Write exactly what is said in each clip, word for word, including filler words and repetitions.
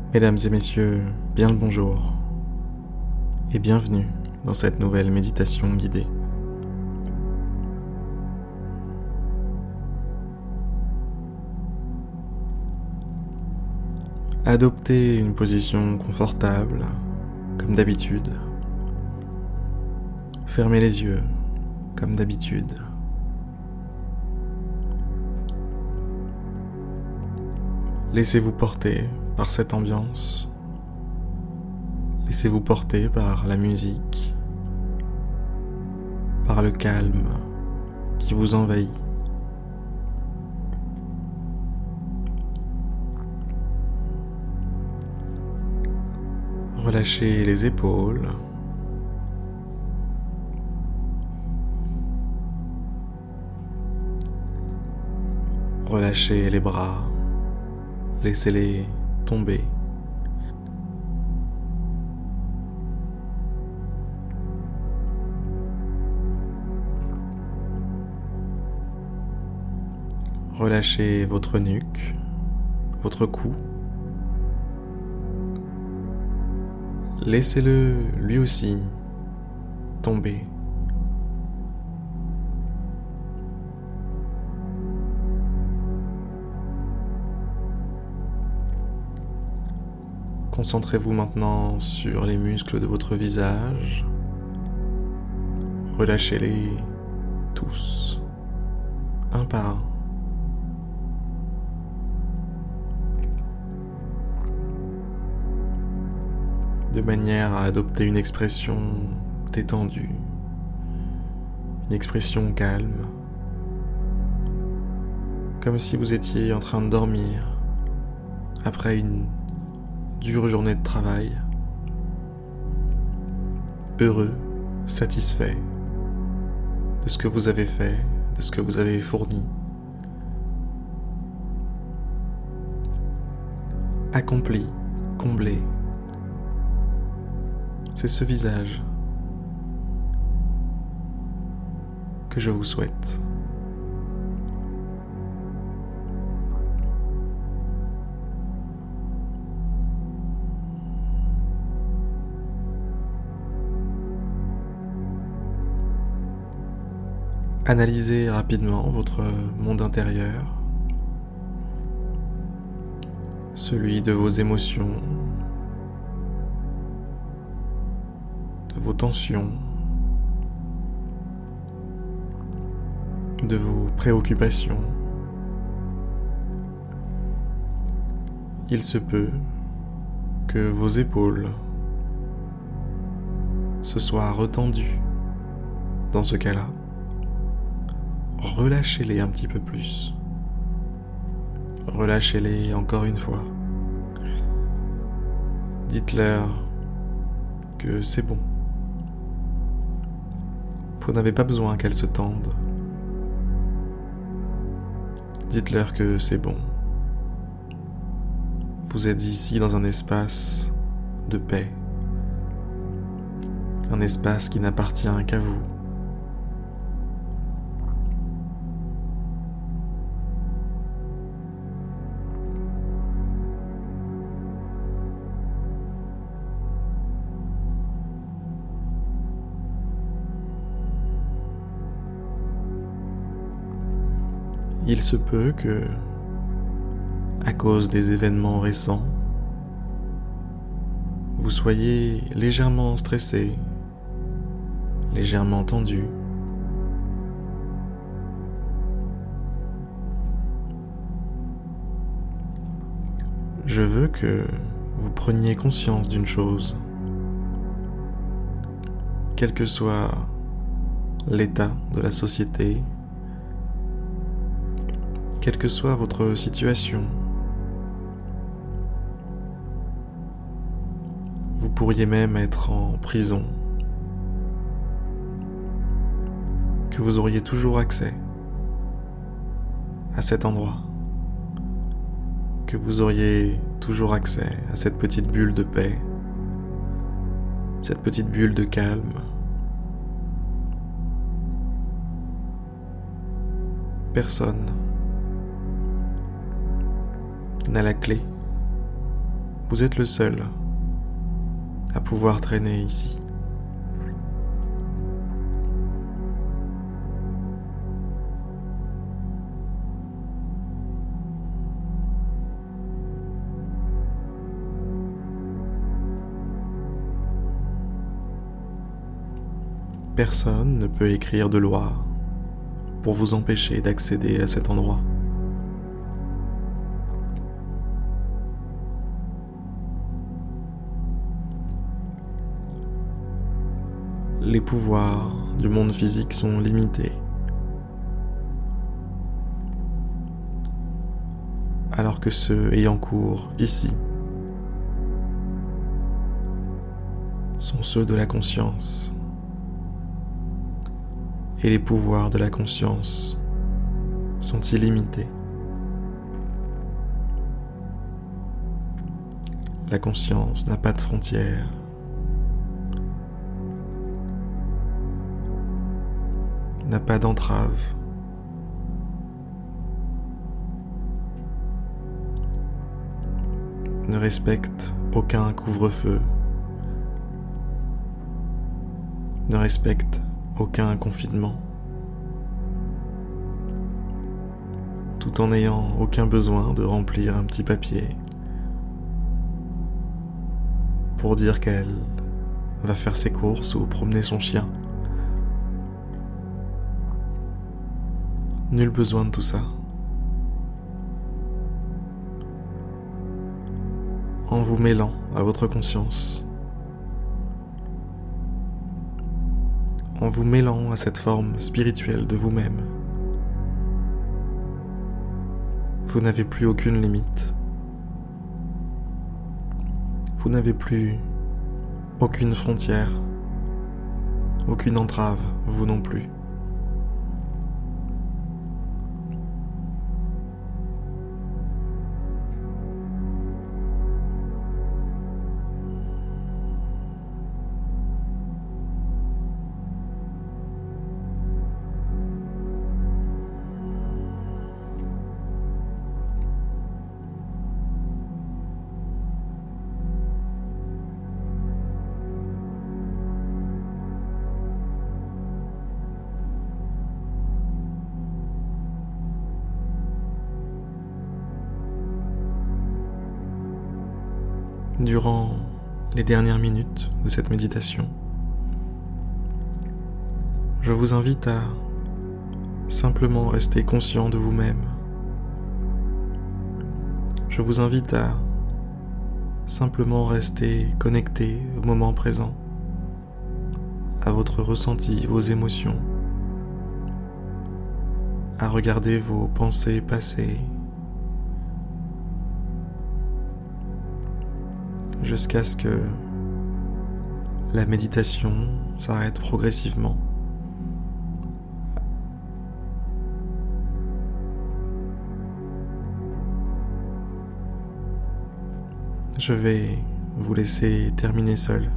Mesdames et messieurs, bien le bonjour et bienvenue dans cette nouvelle méditation guidée. Adoptez une position confortable, comme d'habitude. Fermez les yeux, comme d'habitude. Laissez-vous porter par cette ambiance. Laissez-vous porter par la musique, par le calme qui vous envahit. Relâchez les épaules. Relâchez les bras. Laissez-les tomber. Relâchez votre nuque, votre cou. Laissez-le lui aussi tomber. Concentrez-vous maintenant sur les muscles de votre visage. Relâchez-les tous, un par un. De manière à adopter une expression détendue, une expression calme, comme si vous étiez en train de dormir après une dure journée de travail, heureux, satisfait de ce que vous avez fait, de ce que vous avez fourni, accompli, comblé. C'est ce visage que je vous souhaite. Analysez rapidement votre monde intérieur, celui de vos émotions, de vos tensions, de vos préoccupations. Il se peut que vos épaules se soient retendues dans ce cas-là. Relâchez-les un petit peu plus. Relâchez-les encore une fois. Dites-leur que c'est bon. Vous n'avez pas besoin qu'elles se tendent. Dites-leur que c'est bon. Vous êtes ici dans un espace de paix. Un espace qui n'appartient qu'à vous. Il se peut que, à cause des événements récents, vous soyez légèrement stressé, légèrement tendu. Je veux que vous preniez conscience d'une chose. Quel que soit l'état de la société, quelle que soit votre situation, vous pourriez même être en prison, que vous auriez toujours accès à cet endroit, que vous auriez toujours accès à cette petite bulle de paix, cette petite bulle de calme. Personne n'a la clé Vous êtes le seul à pouvoir traîner ici. Personne ne peut écrire de loi pour vous empêcher d'accéder à cet endroit. Les pouvoirs du monde physique sont limités, alors que ceux ayant cours ici sont ceux de la conscience. Et les pouvoirs de la conscience sont illimités. La conscience n'a pas de frontières. N'a pas d'entrave. Ne respecte aucun couvre-feu. Ne respecte aucun confinement, tout en n'ayant aucun besoin de remplir un petit papier pour dire qu'elle va faire ses courses ou promener son chien. Nul besoin de tout ça. En vous mêlant à votre conscience, en vous mêlant à cette forme spirituelle de vous-même, vous n'avez plus aucune limite. Vous n'avez plus aucune frontière, aucune entrave, vous non plus. Durant les dernières minutes de cette méditation, je vous invite à simplement rester conscient de vous-même. Je vous invite à simplement rester connecté au moment présent, à votre ressenti, vos émotions, à regarder vos pensées passées, jusqu'à ce que la méditation s'arrête progressivement. Je vais vous laisser terminer seul.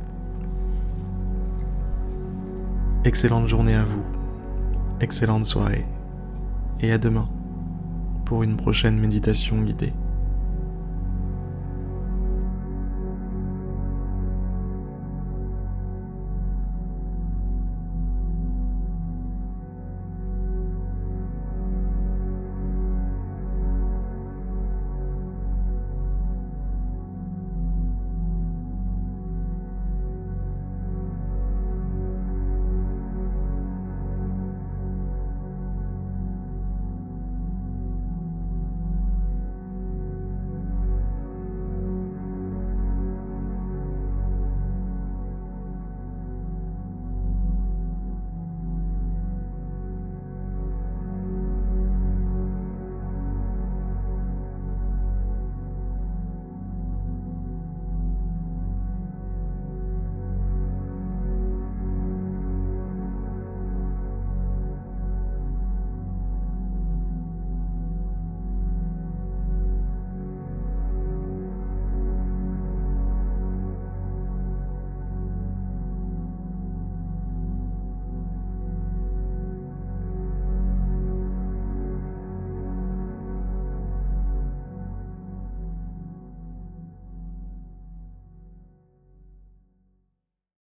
Excellente journée à vous, excellente soirée, et à demain pour une prochaine méditation guidée.